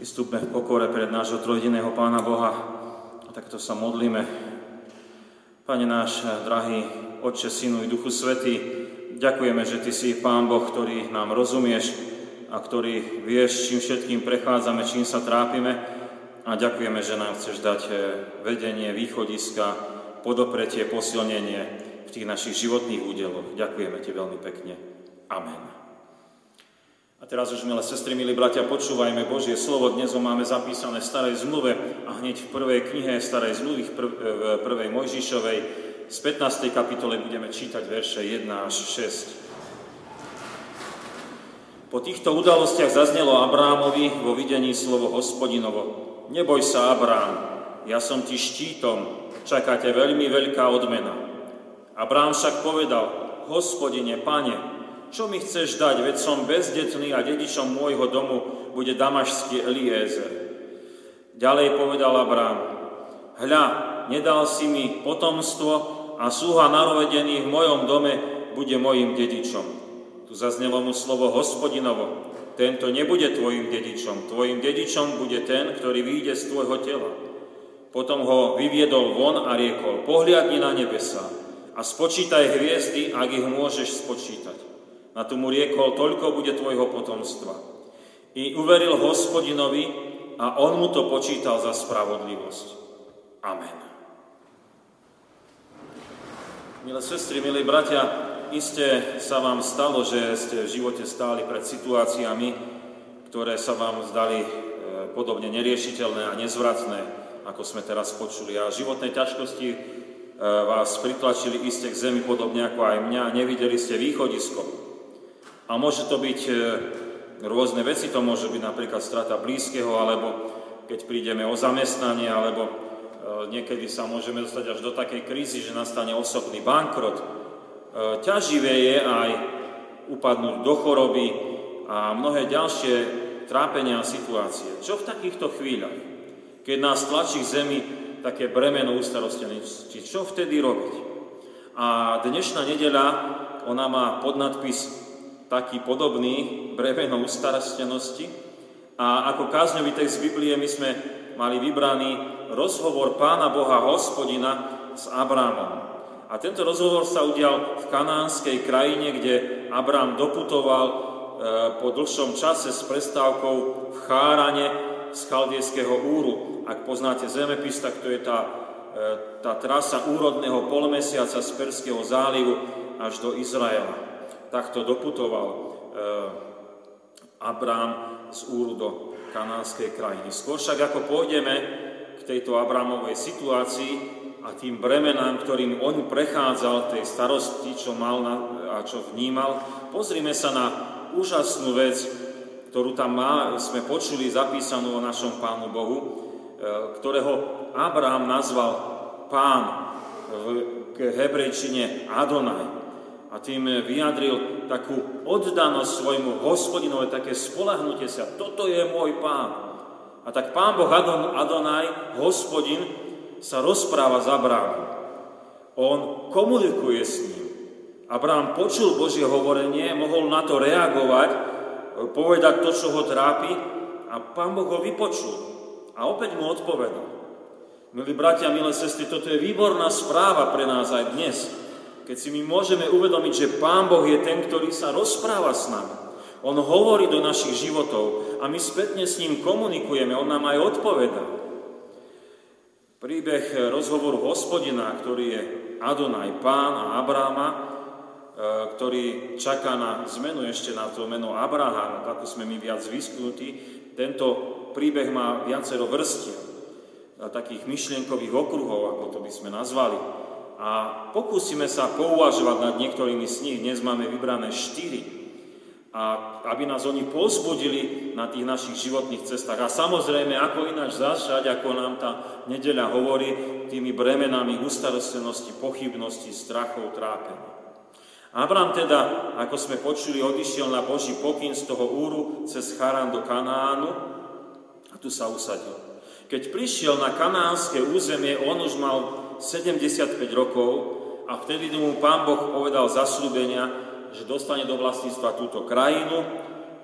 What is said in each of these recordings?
Vystúpme v pokore pred nášho trojjediného Pána Boha a takto sa modlíme. Pane náš, drahý Otče, Synu i Duchu Svätý, ďakujeme, že Ty si Pán Boh, ktorý nám rozumieš a ktorý vieš, čím všetkým prechádzame, čím sa trápime, a ďakujeme, že nám chceš dať vedenie, východiska, podopretie, posilnenie v tých našich životných údeloch. Ďakujeme Ti veľmi pekne. Amen. A teraz už, milé sestry, milí bratia, počúvajme Božie slovo. Dnes ho máme zapísané v Starej zmluve a hneď v prvej knihe Starej zmluvy, v prvej Mojžišovej, z 15. kapitole budeme čítať verše 1 až 6. Po týchto udalostiach zaznelo Abrámovi vo videní slovo Hospodinovo. Neboj sa, Abrám, ja som ti štítom, čaká ťa veľmi veľká odmena. Abrám však povedal: Hospodine, Pane, čo mi chceš dať, veď som bezdetný a dedičom môjho domu bude damašský Eliezer. Ďalej povedal Abrám: Hľa, nedal si mi potomstvo a sluha narodený v mojom dome bude mojím dedičom. Tu zaznelo mu slovo Hospodinovo: Tento nebude tvojim dedičom, tvojim dedičom bude ten, ktorý vyjde z tvojho tela. Potom ho vyviedol von a riekol: Pohliadni na nebesá a spočítaj hviezdy, ak ich môžeš spočítať. Na to mu riekol: Toľko bude tvojho potomstva. I uveril Hospodinovi a on mu to počítal za spravodlivosť. Amen. Milé sestry, milí bratia, iste sa vám stalo, že ste v živote stáli pred situáciami, ktoré sa vám zdali podobne neriešiteľné a nezvratné, ako sme teraz počuli. A životné ťažkosti vás pritlačili iste k zemi, podobne ako aj mňa. Nevideli ste východisko. A môže to byť rôzne veci, to môže byť napríklad strata blízkeho, alebo keď prídeme o zamestnanie, alebo niekedy sa môžeme dostať až do takej krízy, že nastane osobný bankrot. Ťaživé je aj upadnúť do choroby a mnohé ďalšie trápenia a situácie. Čo v takýchto chvíľach, keď nás tlačí k zemi také bremeno ústarostenosti, čo vtedy robiť? A dnešná nedeľa, ona má podnadpis taký podobný, bremeno ústarostenosti. A ako kázňový text Biblie my sme mali vybraný rozhovor Pána Boha Hospodina s Abrámom. A tento rozhovor sa udial v kanánskej krajine, kde Abrám doputoval po dlhšom čase s prestávkou v Chárane z Chaldejského Úru. Ak poznáte zemepis, tak to je tá trasa úrodného polmesiaca z Perského zálivu až do Izraela. Takto doputoval Abrám z Úru do kanánskej krajiny. Skôr však ako pôjdeme k tejto Abrámovej situácii a tým bremenám, ktorým on prechádzal, tej starosti, čo mal a čo vnímal, pozrime sa na úžasnú vec, ktorú tam sme počuli zapísanú o našom Pánu Bohu, ktorého Abrám nazval Pán, v hebrejčine Adonaj. A tým vyjadril takú oddanosť svojmu Hospodinovi, také spoľahnutie sa. Toto je môj Pán. A tak Pán Boh Adonaj, Hospodin, sa rozpráva s Abrámom. On komunikuje s ním. Abrám počul Božie hovorenie, mohol na to reagovať, povedať to, čo ho trápi, a Pán Boh ho vypočul. A opäť mu odpovedal. Milí bratia, milé sestry, toto je výborná správa pre nás aj dnes. Keď si my môžeme uvedomiť, že Pán Boh je ten, ktorý sa rozpráva s nami. On hovorí do našich životov a my spätne s ním komunikujeme, on nám aj odpovedá. Príbeh rozhovoru Hospodina, ktorý je Adonaj, Pán a Abráma, ktorý čaká na zmenu ešte na to meno Abraham, ako sme my viac vysknutí. Tento príbeh má viacero vrstiev, takých myšlienkových okruhov, ako to by sme nazvali. A pokúsime sa pouvažovať nad niektorými z nich. Dnes máme vybrané 4. A aby nás oni povzbudili na tých našich životných cestách. A samozrejme, ako ináč začať, ako nám tá nedeľa hovorí, tými bremenami ústarostenosti, pochybnosti, strachov, trápenia. Abrám teda, ako sme počuli, odišiel na Boží pokyn z toho Úru cez Charán do Kanánu a tu sa usadil. Keď prišiel na kanánske územie, on už mal 75 rokov a vtedy mu Pán Boh povedal zasľúbenia, že dostane do vlastníctva túto krajinu,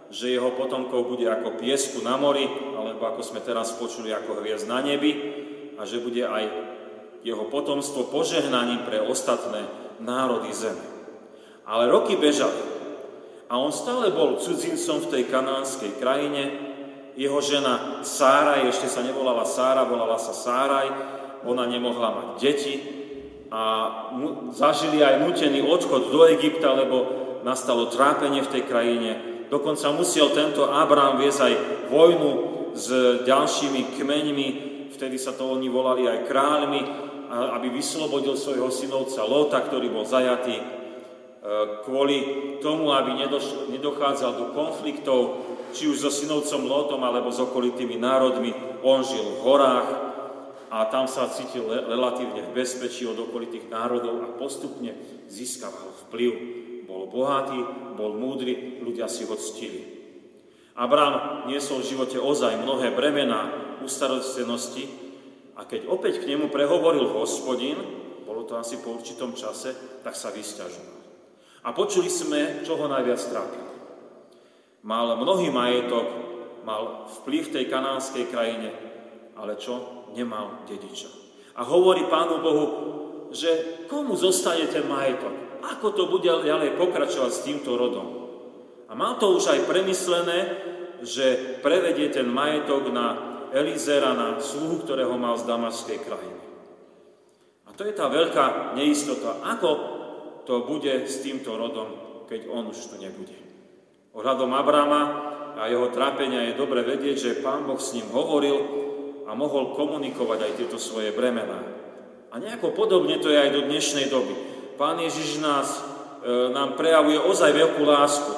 že jeho potomkov bude ako piesku na mori, alebo ako sme teraz počuli, ako hviezd na nebi, a že bude aj jeho potomstvo požehnaním pre ostatné národy zeme. Ale roky bežali a on stále bol cudzincom v tej kanánskej krajine. Jeho žena Sáraj, ešte sa nevolala Sára, volala sa Sáraj, ona nemohla mať deti a zažili aj nútený odchod do Egypta, lebo nastalo trápenie v tej krajine. Dokonca musel tento Abrám viesť aj vojnu s ďalšími kmeňmi, vtedy sa to oni volali aj kráľmi, aby vyslobodil svojho synovca Lóta, ktorý bol zajatý. Kvôli tomu, aby nedochádzal do konfliktov, či už so synovcom Lótom, alebo s okolitými národmi, on žil v horách a tam sa cítil relatívne v bezpečí od okolitých národov a postupne získaval vplyv. Bol bohatý, bol múdry, ľudia si ho ctili. Abrám niesol v živote ozaj mnohé bremená ustarostenosti a keď opäť k nemu prehovoril Hospodin, bolo to asi po určitom čase, tak sa vysťažoval. A počuli sme, čo ho najviac trápilo. Mal mnohý majetok, mal vplyv v tej kanánskej krajine, ale čo? Nemal dediča. A hovorí Pánu Bohu, že komu zostane ten majetok? Ako to bude ďalej pokračovať s týmto rodom? A mal to už aj premyslené, že prevedie ten majetok na Elizera, na sluhu, ktorého mal z Damašskej krajiny. A to je tá veľká neistota. Ako to bude s týmto rodom, keď on už tu nebude? Ohľadom Abrama a jeho trápenia je dobre vedieť, že Pán Boh s ním hovoril a mohol komunikovať aj tieto svoje bremená. A nejako podobne to je aj do dnešnej doby. Pán Ježiš nám prejavuje ozaj veľkú lásku.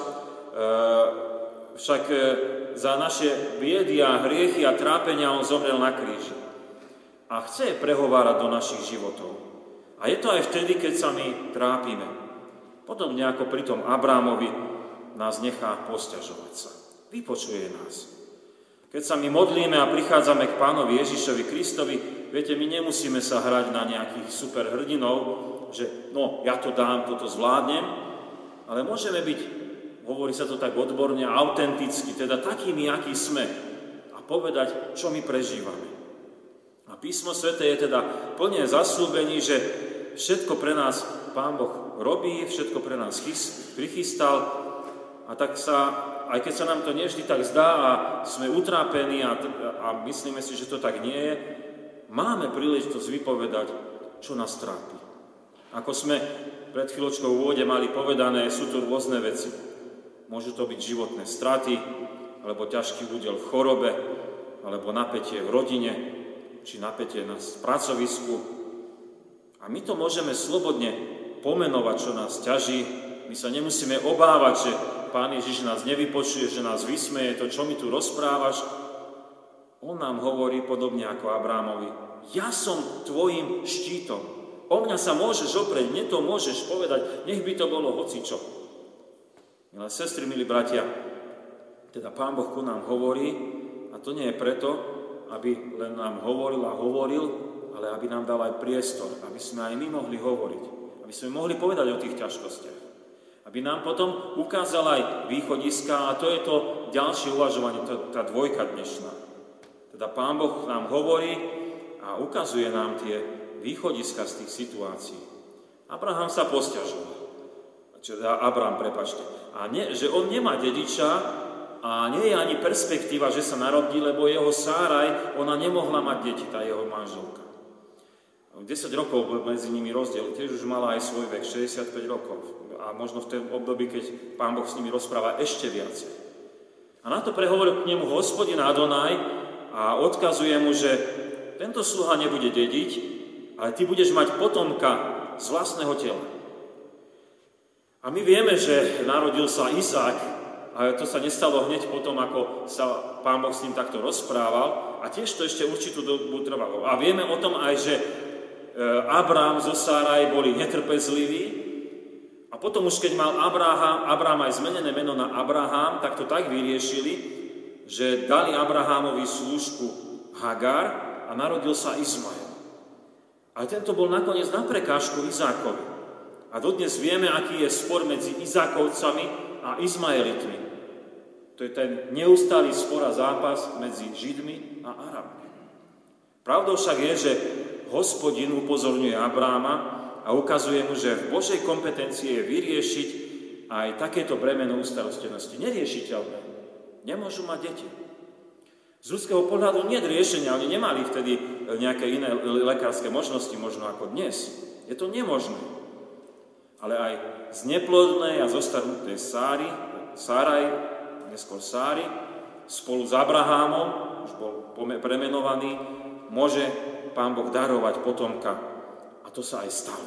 Však za naše biedy a hriechy a trápenia on zomrel na kríži. A chce prehovárať do našich životov. A je to aj vtedy, keď sa my trápime. Podobne ako pri tom Abrámovi nás nechá posťažovať sa. Vypočuje nás. Keď sa my modlíme a prichádzame k Pánovi Ježišovi Kristovi, viete, my nemusíme sa hrať na nejakých superhrdinov, že no, ja to dám, toto zvládnem, ale môžeme byť, hovorí sa to tak odborne, autenticky, teda takými, akí sme, a povedať, čo my prežívame. A Písmo Sväté je teda plne zasľúbení, že všetko pre nás Pán Boh robí, všetko pre nás prichystal, a tak sa, aj keď sa nám to nevždy tak zdá a sme utrápení a myslíme si, že to tak nie je, máme príležitosť vypovedať, čo nás trápi. Ako sme pred chvíľočkou v úvode mali povedané, sú tu rôzne veci. Môžu to byť životné straty, alebo ťažký údel v chorobe, alebo napätie v rodine, či napätie na pracovisku. A my to môžeme slobodne pomenovať, čo nás ťaží. My sa nemusíme obávať, že Pán Ježiš nás nevypočuje, že nás vysmeje, to, čo mi tu rozprávaš. On nám hovorí podobne ako Abrámovi. Ja som tvojim štítom. O mňa sa môžeš oprieť, mne to môžeš povedať, nech by to bolo hocičo. Milé sestry, milí bratia, teda Pán Boh ku nám hovorí, a to nie je preto, aby len nám hovoril a hovoril, ale aby nám dal aj priestor, aby sme aj my mohli hovoriť, aby sme mohli povedať o tých ťažkostiach. Aby nám potom ukázal aj východiska, a to je to ďalšie uvažovanie, tá dvojka dnešná. Teda Pán Boh nám hovorí a ukazuje nám tie východiska z tých situácií. Abraham sa posťažoval. A že on nemá dediča a nie je ani perspektíva, že sa narodí, lebo jeho Sáraj, ona nemohla mať deti, tá jeho manželka. 10 rokov medzi nimi rozdiel, tiež už mala aj svoj vek, 65 rokov. A možno v tom období, keď Pán Boh s nimi rozpráva ešte viacej. A na to prehovoril k nemu Hospodin Adonaj a odkazuje mu, že tento sluha nebude dediť, ale ty budeš mať potomka z vlastného tela. A my vieme, že narodil sa Izák, ale to sa nestalo hneď potom, ako sa Pán Boh s ním takto rozprával, a tiež to ešte určitú dobu trvalo. A vieme o tom aj, že Abrám zo Sáraj boli netrpezliví, a potom už keď mal Abrám aj zmenené meno na Abraham, tak to tak vyriešili, že dali Abrahámovi slúžku Hagar a narodil sa Izmael. Ale tento bol nakoniec na prekážku Izákovi. A dodnes vieme, aký je spor medzi Izákovcami a Izmaelitmi. To je ten neustály spor a zápas medzi Židmi a Arabmi. Pravdou však je, že Hospodin upozorňuje Abráma a ukazuje mu, že v Božej kompetencii je vyriešiť aj takéto bremeno ústarostlenosti. Neriešiteľné. Nemôžu mať deti. Z ľudského pohľadu nie je riešenia, oni nemali vtedy nejaké iné lekárske možnosti, možno ako dnes. Je to nemožné. Ale aj z neplodnej a zostarnutej Sáraj, neskôr Sáry, spolu s Abrahámom, už bol premenovaný, môže Pán Boh darovať potomka. A to sa aj stalo.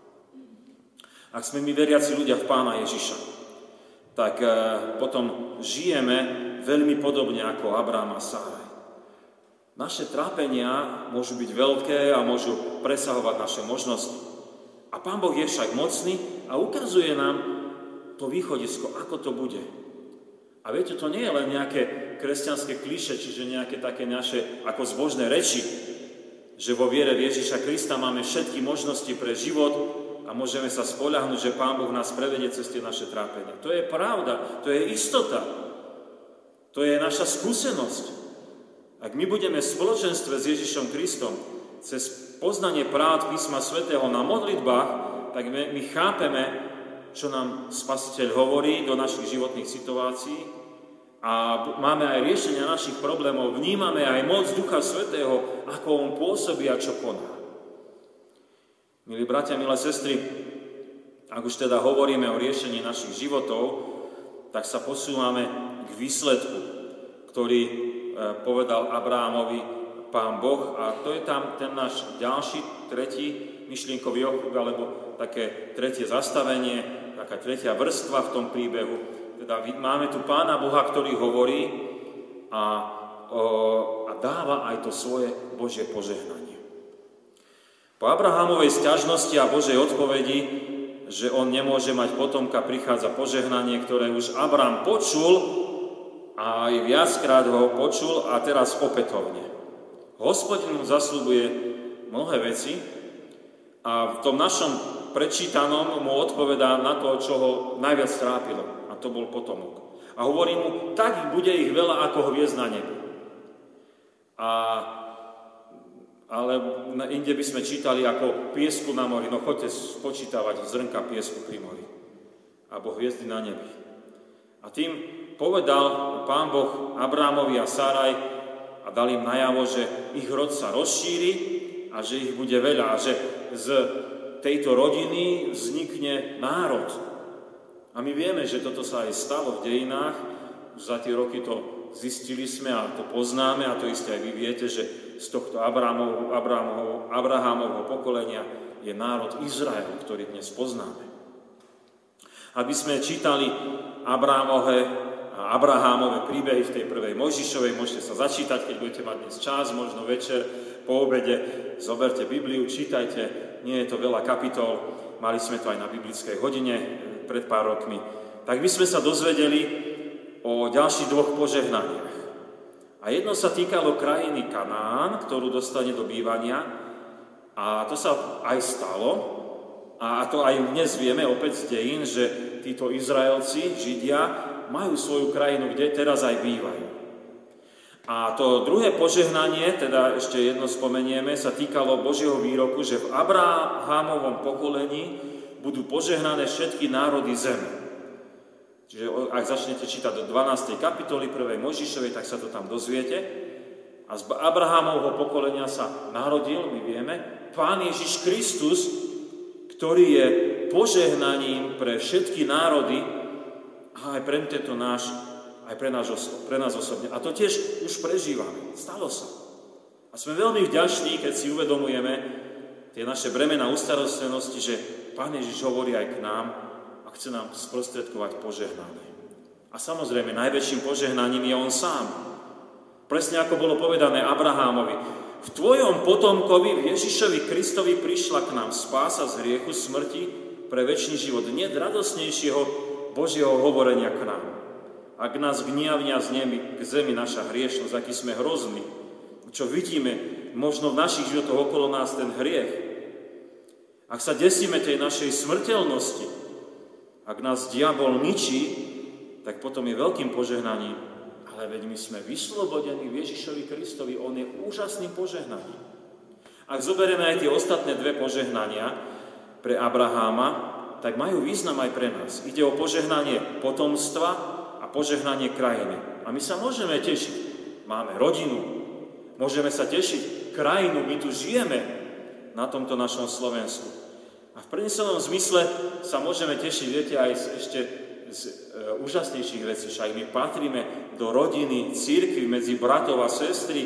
Ak sme my veriaci ľudia v Pána Ježiša, tak potom žijeme veľmi podobne ako Abraham a Sáraj. Naše trápenia môžu byť veľké a môžu presahovať naše možnosti. A Pán Boh je však mocný a ukazuje nám to východisko, ako to bude. A viete, to nie je len nejaké kresťanské klišé, čiže nejaké také naše ako zbožné reči, že vo viere v Ježiša Krista máme všetky možnosti pre život a môžeme sa spoľahnúť, že Pán Boh nás prevedie cez tie naše trápenia. To je pravda, to je istota. To je naša skúsenosť. Ak my budeme v spoločenstve s Ježišom Kristom cez poznanie práv písma svätého na modlitbách, tak my chápeme, čo nám Spasiteľ hovorí do našich životných situácií a máme aj riešenia našich problémov, vnímame aj moc Ducha Svätého, ako on pôsobí a čo koná. Milí bratia, milé sestry, ak už teda hovoríme o riešení našich životov, tak sa posúvame k výsledku, ktorý povedal Abrahamovi Pán Boh, a to je tam ten náš ďalší, tretí myšlienkový okruh, alebo také tretie zastavenie, taká tretia vrstva v tom príbehu. Teda máme tu Pána Boha, ktorý hovorí a dáva aj to svoje Božie požehnanie. Po Abrahamovej sťažnosti a Božej odpovedi, že on nemôže mať potomka, prichádza požehnanie, ktoré už Abraham počul a aj viackrát ho počul a teraz opätovne. Hospodin mu zasľubuje mnohé veci a v tom našom prečítanom mu odpovedá na to, čo ho najviac trápilo, a to bol potomok. A hovorí mu, tak bude ich veľa ako hviezd na nebi. Ale inde by sme čítali ako piesku na mori. No choďte spočítavať zrnka piesku pri mori. Alebo hviezdy na nebi. A tým povedal Pán Boh Abrahamovi a Sáraj a dal im najavo, že ich rod sa rozšíri a že ich bude veľa. A že z tejto rodiny vznikne národ. A my vieme, že toto sa aj stalo v dejinách. Už za tie roky to zistili sme a to poznáme, a to isté aj vy viete, že z tohto Abrahámovho pokolenia je národ Izrael, ktorý dnes poznáme. Aby sme čítali Abrahámove príbehy v tej prvej Mojžišovej, môžete sa začítať, keď budete mať dnes čas, možno večer, po obede, zoberte Bibliu, čítajte, nie je to veľa kapitol, mali sme to aj na biblickej hodine pred pár rokmi, tak by sme sa dozvedeli o ďalších dvoch požehnaniach. A jedno sa týkalo krajiny Kanán, ktorú dostane do bývania, a to sa aj stalo, a to aj dnes vieme opäť z dejín, že títo Izraelci, Židia, majú svoju krajinu, kde teraz aj bývajú. A to druhé požehnanie, teda ešte jedno spomenieme, sa týkalo Božieho výroku, že v Abrahámovom pokolení budú požehnané všetky národy zeme. Čiže ak začnete čítať do 12. kapitoly 1. Mojžišovej, tak sa to tam dozviete. A z Abrahámovho pokolenia sa narodil, my vieme, Pán Ježiš Kristus, ktorý je požehnaním pre všetky národy a aj pre tento náš, aj pre nás osobne. A to tiež už prežívame. Stalo sa. A sme veľmi vďační, keď si uvedomujeme tie naše bremená ústarostlenosti, že Pán Ježiš hovorí aj k nám a chce nám sprostredkovať požehnanie. A samozrejme, najväčším požehnaním je on sám. Presne ako bolo povedané Abrahámovi. V tvojom potomkovi, v Ježišovi Kristovi, prišla k nám spása z hriechu, smrti pre večný život. Nie radosnejšieho Božieho hovorenia k nám. Ak nás gniavňa k zemi naša hriešnosť, aký sme hrozní, čo vidíme možno v našich životoch okolo nás ten hriech. Ak sa desíme tej našej smrteľnosti, ak nás diabol ničí, tak potom je veľkým požehnaním. Ale veď my sme vyslobodení v Ježišovi Kristovi, on je úžasným požehnaním. Ak zoberieme aj tie ostatné dve požehnania pre Abraháma, tak majú význam aj pre nás. Ide o požehnanie potomstva a požehnanie krajiny. A my sa môžeme tešiť. Máme rodinu, môžeme sa tešiť krajinu, my tu žijeme na tomto našom Slovensku. A v prenesenom zmysle sa môžeme tešiť, viete, aj ešte z úžasnejších vecí. Však my patríme do rodiny, cirkvi, medzi bratov a sestry,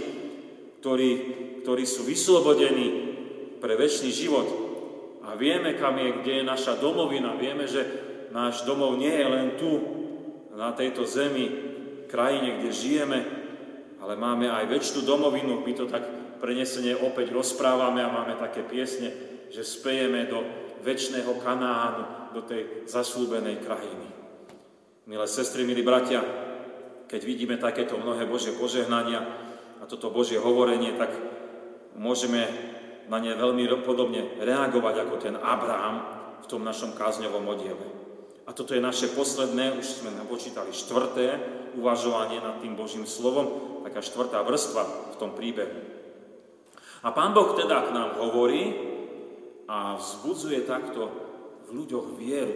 ktorí sú vyslobodení pre večný život. A vieme, kam je, kde je naša domovina. Vieme, že náš domov nie je len tu, na tejto zemi, krajine, kde žijeme, ale máme aj večnú domovinu. My to tak prenesene opäť rozprávame a máme také piesne, že spejeme do večného Kanánu, do tej zasľúbenej krajiny. Milé sestry, milí bratia, keď vidíme takéto mnohé Božie požehnania a toto Božie hovorenie, tak môžeme na ne veľmi podobne reagovať ako ten Abraham v tom našom kázňovom oddiele. A toto je naše posledné, už sme napočítali 4. uvažovanie nad tým Božím slovom, taká 4. vrstva v tom príbehu. A Pán Boh teda k nám hovorí a vzbudzuje takto v ľuďoch vieru.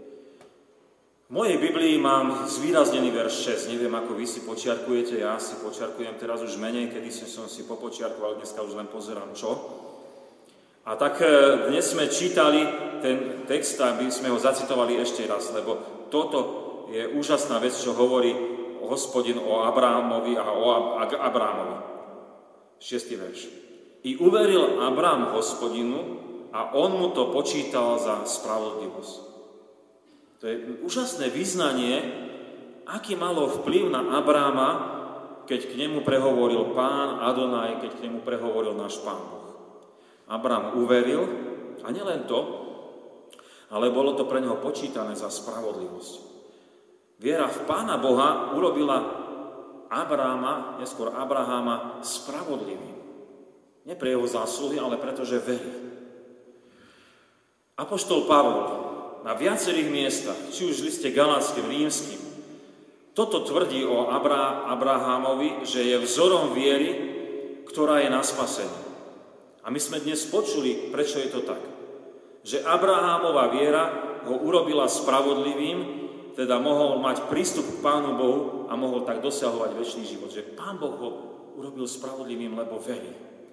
V mojej Biblii mám zvýraznený verš 6, neviem ako vy si počiarkujete, ja si počiarkujem teraz už menej, kedy som si popočiarkoval, dneska už len pozerám čo. A tak dnes sme čítali ten text, aby sme ho zacitovali ešte raz, lebo toto je úžasná vec, čo hovorí Hospodin o Abrahamovi a o Abrámovi. 6. verš. I uveril Abrám Hospodinu a on mu to počítal za spravodlivosť. To je úžasné vyznanie, aký malo vplyv na Abráma, keď k nemu prehovoril Pán Adonaj, keď k nemu prehovoril náš Pán Boh. Abrám uveril, a nielen to, ale bolo to pre neho počítané za spravodlivosť. Viera v Pána Boha urobila Abráma, neskôr Abraháma, spravodlivým. Nie pre jeho zásluhy, ale pretože verí. Apoštol Pavol na viacerých miestach, či už v liste Galatským, Rímskym, toto tvrdí o Abrahámovi, že je vzorom viery, ktorá je na spasenie. A my sme dnes počuli, prečo je to tak. Že Abrahámova viera ho urobila spravodlivým, teda mohol mať prístup k Pánu Bohu a mohol tak dosahovať večný život. Že Pán Boh ho urobil spravodlivým, lebo verí.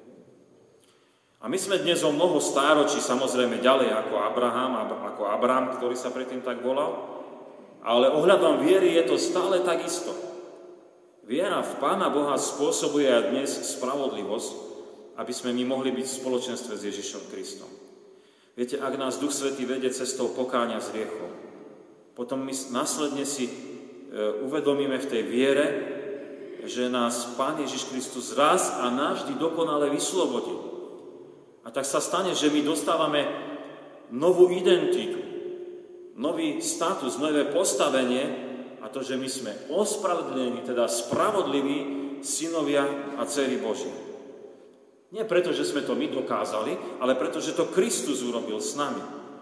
A my sme dnes o mnoho stáročí, samozrejme ďalej ako Abraham, ktorý sa predtým tak volal, ale ohľadom viery je to stále takisto. Viera v Pána Boha spôsobuje aj dnes spravodlivosť, aby sme my mohli byť v spoločenstve s Ježišom Kristom. Viete, ak nás Duch Svätý vedie cestou pokáňa z hriechov, potom my následne si uvedomíme v tej viere, že nás Pán Ježiš Kristus raz a navždy dokonale vyslobodil. A tak sa stane, že my dostávame novú identitu, nový status, nové postavenie a to, že my sme ospravedlení, teda spravodliví synovia a dcery Božie. Nie preto, že sme to my dokázali, ale preto, že to Kristus urobil s nami.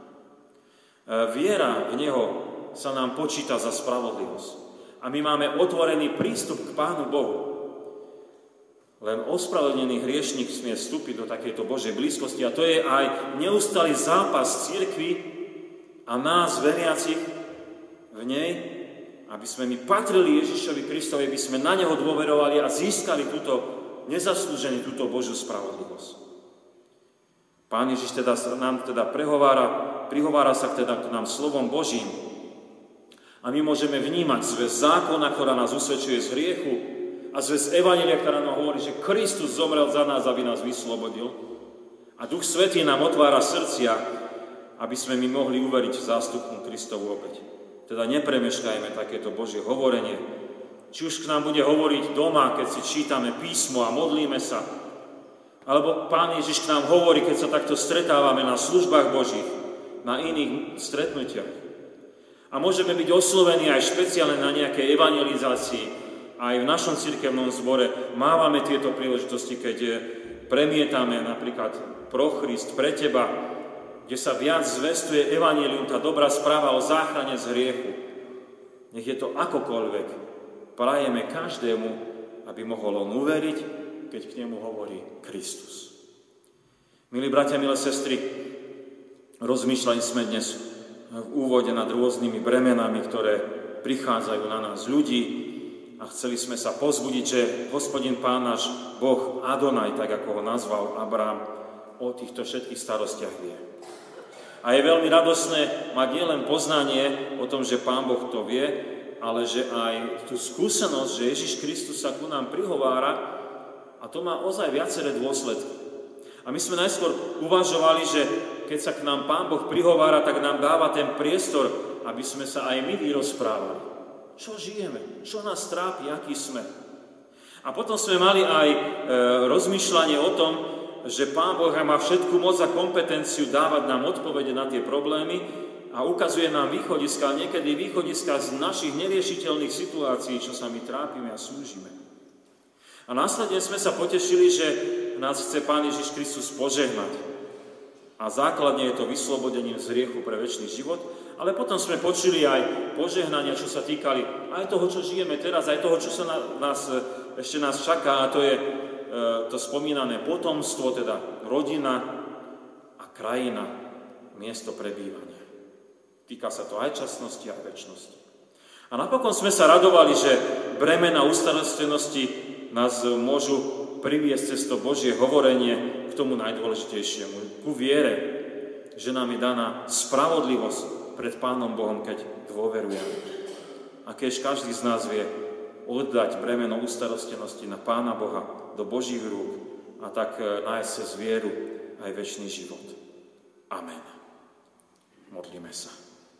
Viera v Neho sa nám počíta za spravodlivosť. A my máme otvorený prístup k Pánu Bohu. Len ospravedlnený hriešnik smie vstúpiť do takejto Božej blízkosti a to je aj neustály zápas cirkvi a nás, veriacich v nej, aby sme my patrili Ježišovi Kristovi, aby sme na Neho dôverovali a získali nezaslúžene túto Božiu spravodlivosť. Pán Ježiš nám prihovára sa k nám slovom Božím a my môžeme vnímať zväz zákona, ktorá nás usvedčuje z hriechu, a zväz evanjelia, ktorá nám hovorí, že Kristus zomrel za nás, aby nás vyslobodil. A Duch Svätý nám otvára srdcia, aby sme my mohli uveriť v zástupnú Kristovu obeť. Teda nepremeškajme takéto Božie hovorenie. Či už k nám bude hovoriť doma, keď si čítame písmo a modlíme sa, alebo Pán Ježiš k nám hovorí, keď sa takto stretávame na službách Božích, na iných stretnutiach. A môžeme byť oslovení aj špeciálne na nejakej evangelizácii. Aj v našom cirkevnom zbore mávame tieto príležitosti, keď premietame napríklad pro Christ, pre teba, kde sa viac zvestuje evanjelium, tá dobrá správa o záchrane z hriechu. Nech je to akokoľvek, prajeme každému, aby mohol on uveriť, keď k nemu hovorí Kristus. Milí bratia, milé sestry, rozmýšľali sme dnes v úvode nad rôznymi bremenami, ktoré prichádzajú na nás ľudí a chceli sme sa povzbudiť, že Hospodin Pán náš Boh Adonaj, tak ako ho nazval Abrám, o týchto všetkých starostiach vie. A je veľmi radosné mať nielen poznanie o tom, že Pán Boh to vie, ale že aj tú skúsenosť, že Ježiš Kristus sa ku nám prihovára a to má ozaj viaceré dôsledky. A my sme najskôr uvažovali, že keď sa k nám Pán Boh prihovára, tak nám dáva ten priestor, aby sme sa aj my vyrozprávali. Čo žijeme? Čo nás trápi? Aký sme? A potom sme mali aj rozmýšľanie o tom, že Pán Boh má všetku moc a kompetenciu dávať nám odpovede na tie problémy a ukazuje nám východiska, niekedy východiska z našich neriešiteľných situácií, čo sa my trápime a súžime. A následne sme sa potešili, že nás chce Pán Ježiš Kristus požehnať. A základne je to vyslobodením z hriechu pre večný život, ale potom sme počuli aj požehnania, čo sa týkali aj toho, čo žijeme teraz, aj toho, čo sa ešte nás čaká, a to je to spomínané potomstvo, teda rodina a krajina, miesto prebývania. Týka sa to aj časnosti a večnosti. A napokon sme sa radovali, že bremena ustarostenosti nás môžu priviesť cez to Božie hovorenie k tomu najdôležitejšiemu, ku viere, že nám je daná spravodlivosť pred Pánom Bohom, keď dôverujeme. A keď každý z nás vie oddať bremeno ustarostenosti na Pána Boha do Božích rúk a tak nájsť cez vieru aj večný život. Amen. Modlíme sa.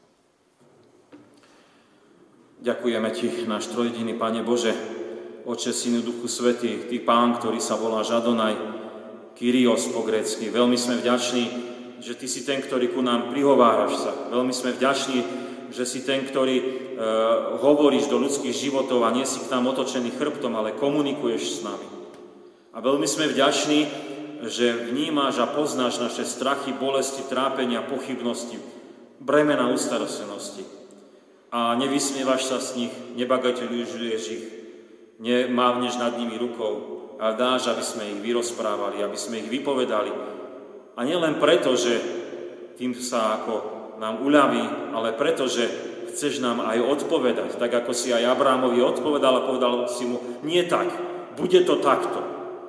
Ďakujeme Ti, náš trojjediný Pane Bože, Otče, Synu, Duchu Svätý, Ty Pán, ktorý sa voláš Adonaj, Kyrios po grécky. Veľmi sme vďační, že Ty si ten, ktorý ku nám prihováraš sa. Veľmi sme vďační, že si ten, ktorý hovoríš do ľudských životov a nie si k nám otočený chrbtom, ale komunikuješ s nami. A veľmi sme vďační, že vnímáš a poznáš naše strachy, bolesti, trápenia, pochybnosti, bremena ustarostenosti. A nevysmievaš sa z nich, nebagatelizuješ ich, nemávneš nad nimi rukou, ale dáš, aby sme ich vyrozprávali, aby sme ich vypovedali. A nielen preto, že tým sa ako nám uľaví, ale preto, že chceš nám aj odpovedať, tak ako si aj Abrámovi odpovedal a povedal si mu, nie tak, bude to takto.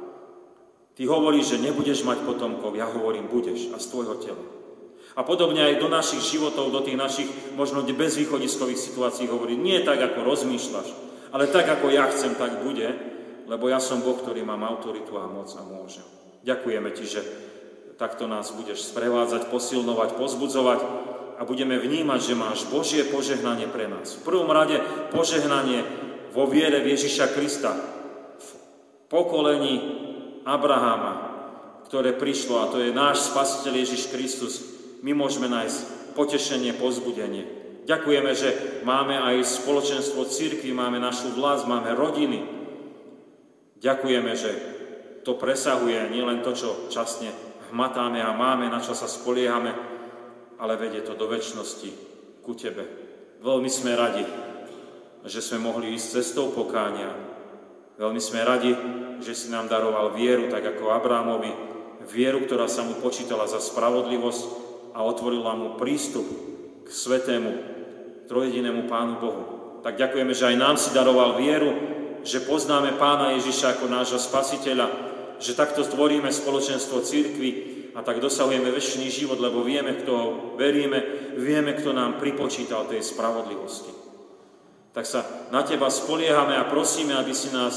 Ty hovoríš, že nebudeš mať potomkov, ja hovorím, budeš a z tvojho tela. A podobne aj do našich životov, do tých našich možno bezvýchodiskových situácií hovorí, nie tak, ako rozmýšľaš, ale tak, ako ja chcem, tak bude, lebo ja som Boh, ktorý mám autoritu a moc a môžem. Ďakujeme Ti, že takto nás budeš sprevádzať, posilnovať, pozbudzovať a budeme vnímať, že máš Božie požehnanie pre nás. V prvom rade požehnanie vo viere v Ježiša Krista, v pokolení Abraháma, ktoré prišlo, a to je náš Spasiteľ Ježiš Kristus. My môžeme nájsť potešenie, povzbudenie. Ďakujeme, že máme aj spoločenstvo cirkvi, máme našu vlast, máme rodiny. Ďakujeme, že to presahuje nielen to, čo časne hmatáme a máme, na čo sa spoliehame, ale vedie to do večnosti ku Tebe. Veľmi sme radi, že sme mohli ísť cestou pokánia. Veľmi sme radi, že si nám daroval vieru, tak ako Abrámovi, vieru, ktorá sa mu počítala za spravodlivosť, a otvorila mu prístup k svätému, trojjedinému Pánu Bohu. Tak ďakujeme, že aj nám si daroval vieru, že poznáme Pána Ježiša ako nášho Spasiteľa, že takto stvoríme spoločenstvo cirkvi a tak dosahujeme večný život, lebo vieme, kto veríme, vieme, kto nám pripočítal tej spravodlivosti. Tak sa na Teba spoliehame a prosíme, aby si nás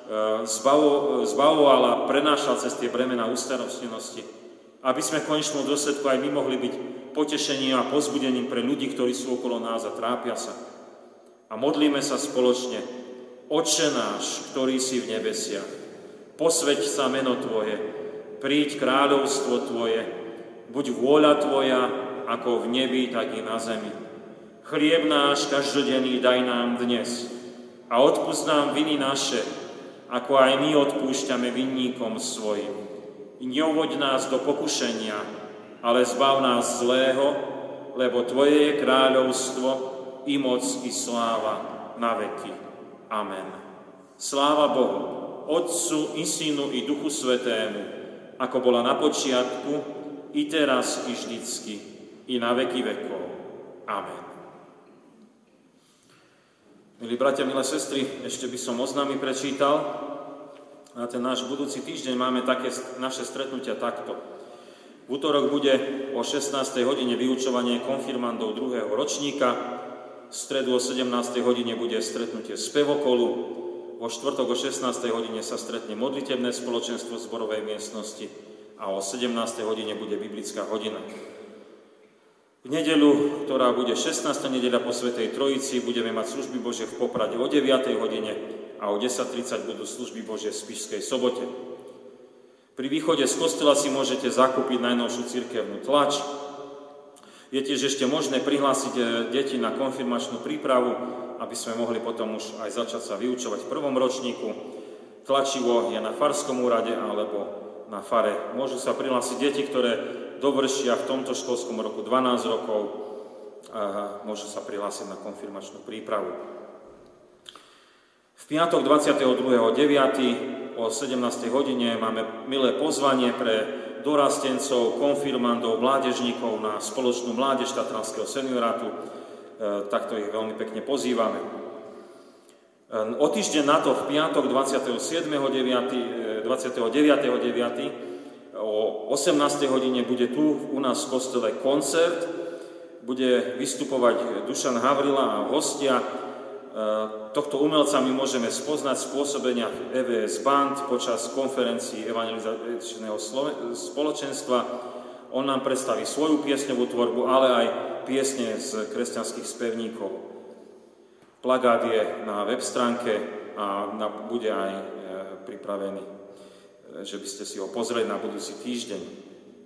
zbavoval a prenášal cez tie bremená ustarostenosti, aby sme v konečnom dôsledku aj my mohli byť potešením a povzbudením pre ľudí, ktorí sú okolo nás a trápia sa. A modlíme sa spoločne. Otče náš, ktorý si v nebesiach, posväť sa meno Tvoje, príď kráľovstvo Tvoje, buď vôľa Tvoja, ako v nebi, tak i na zemi. Chlieb náš každodenný daj nám dnes a odpusť nám viny naše, ako aj my odpúšťame vinníkom svojim. I neuvoď nás do pokušenia, ale zbav nás zlého, lebo Tvoje je kráľovstvo, i moc, i sláva na veky. Amen. Sláva Bohu, Otcu, i Synu, i Duchu Svätému, ako bola na počiatku, i teraz, i vždycky, i na veky vekov. Amen. Milí bratia, milé sestry, ešte by som oznámy prečítal. Na ten náš budúci týždeň máme také naše stretnutia takto. V utorok bude o 16. hodine vyučovanie konfirmandov 2. ročníka, v stredu o 17. hodine bude stretnutie spevokolu, vo štvrtok o 16. hodine sa stretne modlitebné spoločenstvo v zborovej miestnosti a o 17. hodine bude biblická hodina. V nedeľu, ktorá bude 16. nedeľa po Svätej Trojici, budeme mať služby Božie v Poprade o 9. hodine a o 10:30 budú služby Božie v Spišskej Sobote. Pri východe z kostola si môžete zakúpiť najnovšiu cirkevnú tlač. Je tiež ešte možné prihlásiť deti na konfirmačnú prípravu, aby sme mohli potom už aj začať sa vyučovať v prvom ročníku. Tlačivo je na farskom úrade alebo na fare. Môžu sa prihlásiť deti, ktoré dovršia v tomto školskom roku 12 rokov a môžu sa prihlásiť na konfirmačnú prípravu. V piatok 22.9. o 17. hodine máme milé pozvanie pre dorastencov, konfirmandov, mládežníkov na spoločnú mládež Tatranského seniorátu. Takto ich veľmi pekne pozývame. O týždeň na to, v piatok 29.9. o 18. hodine bude tu u nás v kostole koncert. Bude vystupovať Dušan Havrila a hostia. Tohto umelca my môžeme spoznať z pôsobenia v EVS Band počas konferencií evangelizačného spoločenstva. On nám predstaví svoju piesňovú tvorbu, ale aj piesne z kresťanských spevníkov. Plagát je na web stránke a bude aj pripravený, že by ste si ho pozreli na budúci týždeň.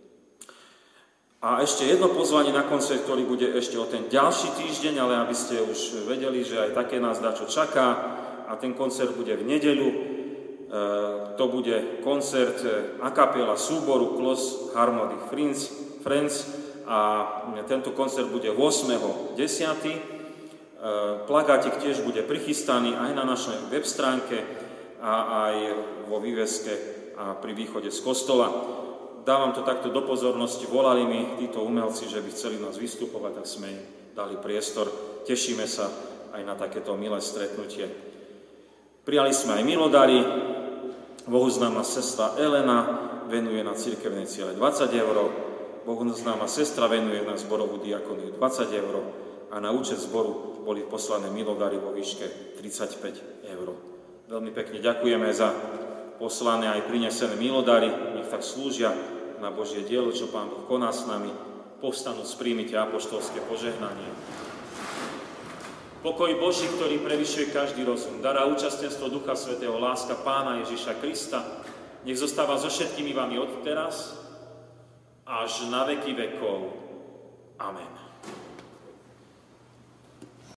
A ešte jedno pozvanie na koncert, ktorý bude ešte o ten ďalší týždeň, ale aby ste už vedeli, že aj také nás dačo čaká a ten koncert bude v nedeľu. To bude koncert a capella súboru Close Harmonic Friends a tento koncert bude 8.10. Plagátik tiež bude prichystaný aj na našej web stránke a aj vo výveske a pri východe z kostola. Dávam to takto do pozornosti, volali mi títo umelci, že by chceli nás vystupovať, tak sme im dali priestor. Tešíme sa aj na takéto milé stretnutie. Prijali sme aj milodary. Bohuznáma sestra Elena venuje na cirkevné ciele 20 €, bohuznáma sestra venuje na zborovú diakoniu 20 € a na účet zboru boli poslané milodary vo výške 35 €. Veľmi pekne ďakujeme za poslané aj prinesené milodary, nech tak slúžia na Božie dielo, čo Pán Boh koná s nami. Povstanúc, príjmite apoštolské požehnanie. Pokoj Boží, ktorý prevyšuje každý rozum, dar a účastenstvo Ducha Svätého, láska Pána Ježiša Krista, nech zostáva so všetkými vami od teraz až na veky vekov. Amen.